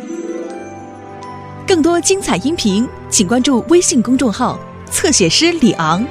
更多精彩音频，请关注微信公众号“侧写师李昂”。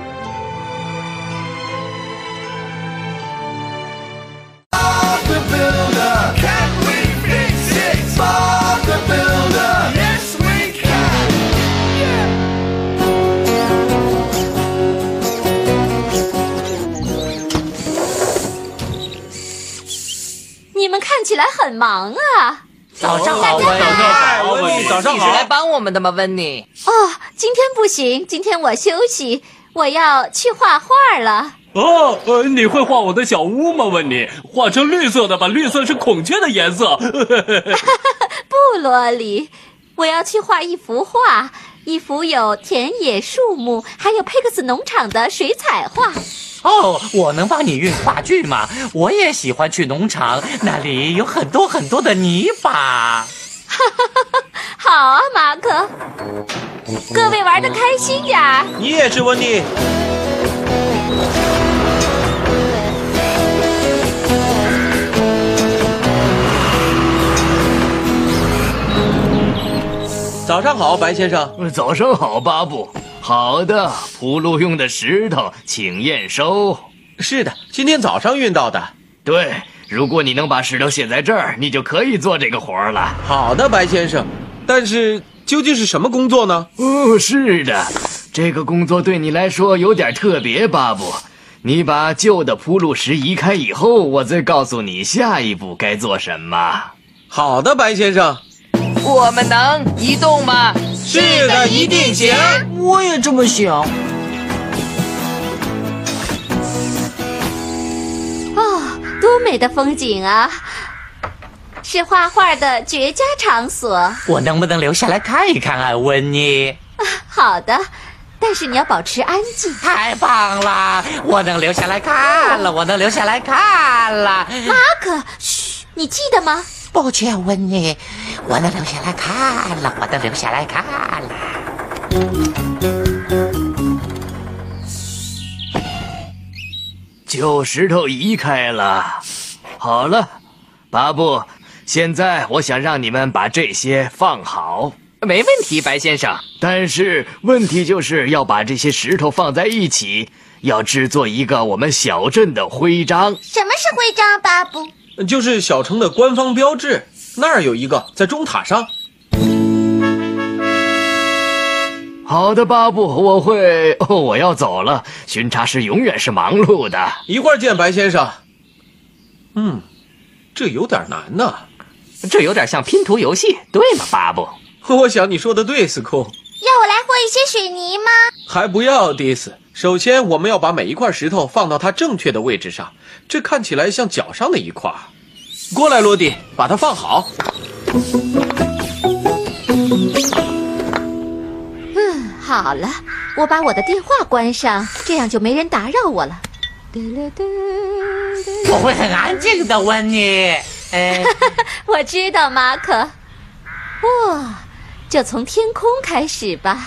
你们看起来很忙啊！ 早上好，温妮。早上好，你是来帮我们的吗，温妮？ 哦，今天不行，今天我休息，我要去画画了。 你会画我的小屋吗，温妮？画成绿色的吧，绿色是孔雀的颜色。 不，罗里，我要去画一幅画，一幅有田野、树木，还有佩克斯农场的水彩画。 我能帮你运画具吗？我也喜欢去农场，那里有很多很多的泥巴。 好啊，马可，各位玩得开心点儿。 你也是，温妮。早上好，白先生。 早上好，巴布。好的，铺路用的石头，请验收。 是的，今天早上运到的。 对，如果你能把石头卸在这儿，你就可以做这个活了。 好的，白先生。但是究竟是什么工作呢？ 是的，这个工作对你来说有点特别，巴布。你把旧的铺路石移开以后，我再告诉你下一步该做什么。 好的，白先生。 我们能移动吗？ 是的，一定行。 我也这么想。 多美的风景啊！是画画的绝佳场所。 我能不能留下来看一看啊，温妮？ 好的，但是你要保持安静。 太棒了，我能留下来看了，我能留下来看了。 马可，嘘，你记得吗？ 抱歉，温妮，我能留下来看了，我能留下来看了。 旧石头移开了。好了，巴布，现在我想让你们把这些放好。 没问题，白先生。 但是问题就是要把这些石头放在一起，要制作一个我们小镇的徽章。 什么是徽章，巴布？ 就是小城的官方标志，那儿有一个，在钟塔上。 好的，巴布，我要走了。巡查师永远是忙碌的。 一会儿见，白先生。这有点难呢。 这有点像拼图游戏，对吗，巴布？ 我想你说的对，斯库。 要我来和一些水泥吗？ 还不要，迪斯。首先，我们要把每一块石头放到它正确的位置上，这看起来像脚上的一块。过来，罗迪，把它放好。 好了，我把我的电话关上，这样就没人打扰我了。 我会很安静的，温妮。 我知道，马可。就从天空开始吧。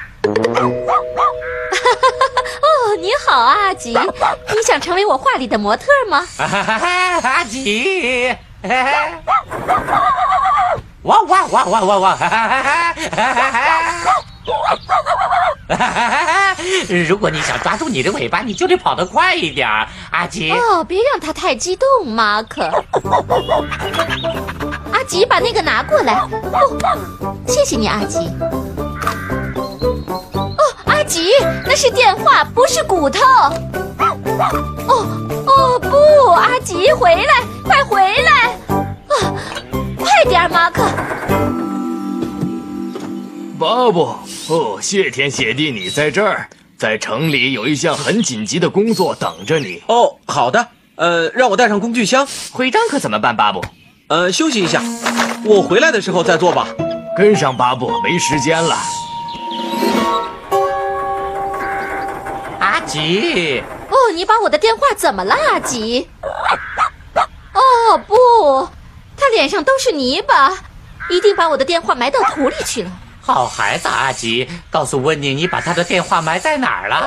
你好，阿吉，你想成为我画里的模特吗？ 阿吉，哇哇哇哇哇哇！如果你想抓住你的尾巴，你就得跑得快一点，阿吉。 别让他太激动，马可。阿吉，把那个拿过来。谢谢你，阿吉。阿吉，那是电话，不是骨头。不，阿吉，回来，快回来！快点，马可。 巴布，谢天谢地你在这儿，在城里有一项很紧急的工作等着你。 好的，让我带上工具箱。 徽章可怎么办，巴布？ 休息一下，我回来的时候再做吧。 跟上，巴布，没时间了。 阿吉， 你把我的电话怎么了，阿吉？不，他脸上都是泥巴，一定把我的电话埋到土里去了。 好孩子，阿吉，告诉温妮，你把他的电话埋在哪儿了？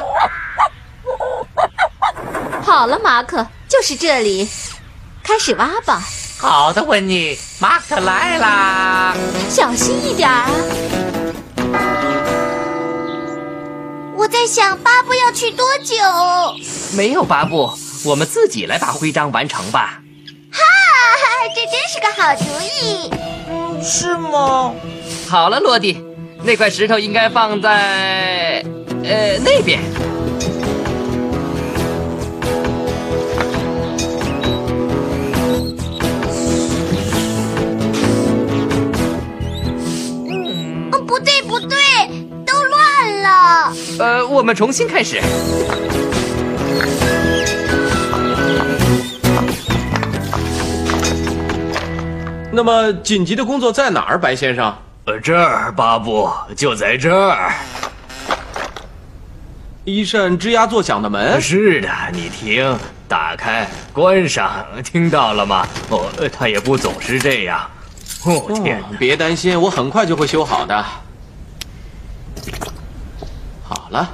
好了，马可，就是这里，开始挖吧。 好的，温妮，马可来啦！ 小心一点啊！ 我在想，巴布要去多久？ 没有巴布，我们自己来把徽章完成吧。 哈，这真是个好主意。 是吗？ 好了，罗迪，那块石头应该放在那边。 不对，都乱了。 我们重新开始。 那么紧急的工作在哪儿，白先生？ 这儿，巴布，就在这儿。 一扇吱呀作响的门。 是的，你听，打开，关上，听到了吗？哦，它也不总是这样。哦，天哪！ 别担心，我很快就会修好的。好了，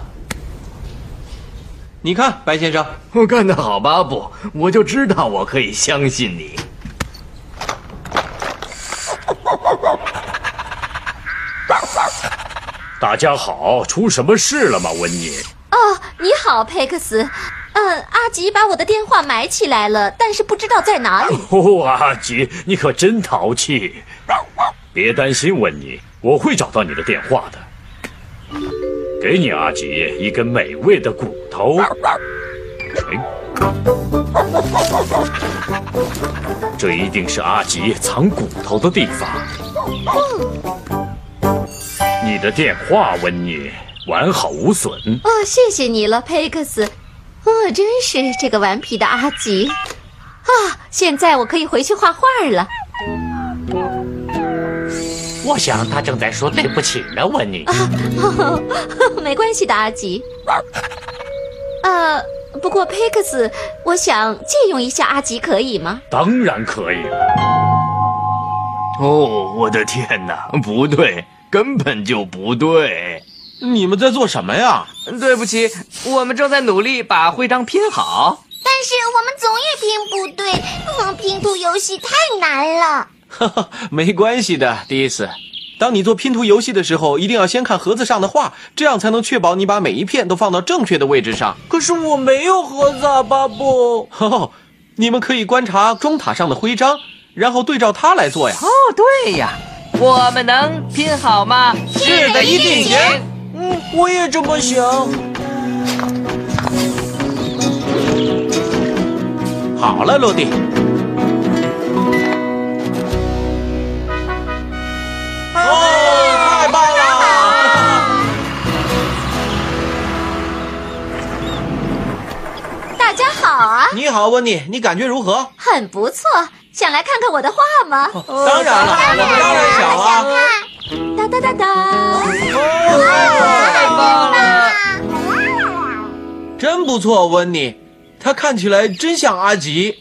你看，白先生， 我干得好，巴布，我就知道我可以相信你。 大家好，出什么事了吗，温妮？ 哦，你好，佩克斯。阿吉把我的电话埋起来了，但是不知道在哪里。 哦，阿吉，你可真淘气。别担心，温妮，我会找到你的电话的。给你，阿吉，一根美味的骨头。这一定是阿吉藏骨头的地方。你的电话，温妮，完好无损。 哦，谢谢你了，佩克斯。真是这个顽皮的阿吉啊！现在我可以回去画画了。 我想他正在说对不起呢，温妮。 没关系的，阿吉。不过佩克斯，我想借用一下阿吉，可以吗？ 当然可以了。 哦，我的天哪，不对，根本就不对。 你们在做什么呀？ 对不起，我们正在努力把徽章拼好。 但是我们总也拼不对，拼图游戏太难了。 哈哈，没关系的，迪斯。当你做拼图游戏的时候，一定要先看盒子上的画，这样才能确保你把每一片都放到正确的位置上。 可是我没有盒子啊，巴布。 哦，你们可以观察钟塔上的徽章，然后对照它来做呀。 哦，对呀，我们能拼好吗？ 是的，一定行。 我也这么想。 好了，罗迪。太棒了！ 大家好啊！ 你好，温妮，你感觉如何？ 很不错，想来看看我的画吗？ 当然了，我们当然想啊！ 哒哒哒哒！ 太棒了！ 真不错，温妮，他看起来真像阿吉。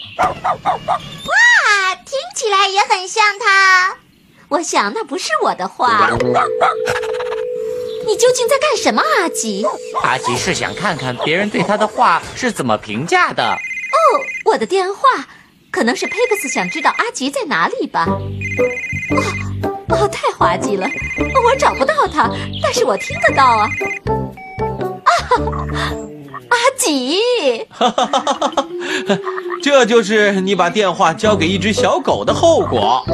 哇，听起来也很像他。 我想那不是我的画。你究竟在干什么，阿吉？ 阿吉是想看看别人对他的画是怎么评价的。 哦，我的电话，可能是佩克斯想知道阿吉在哪里吧。太滑稽了，我找不到他，但是我听得到啊。阿吉， 这就是你把电话交给一只小狗的后果。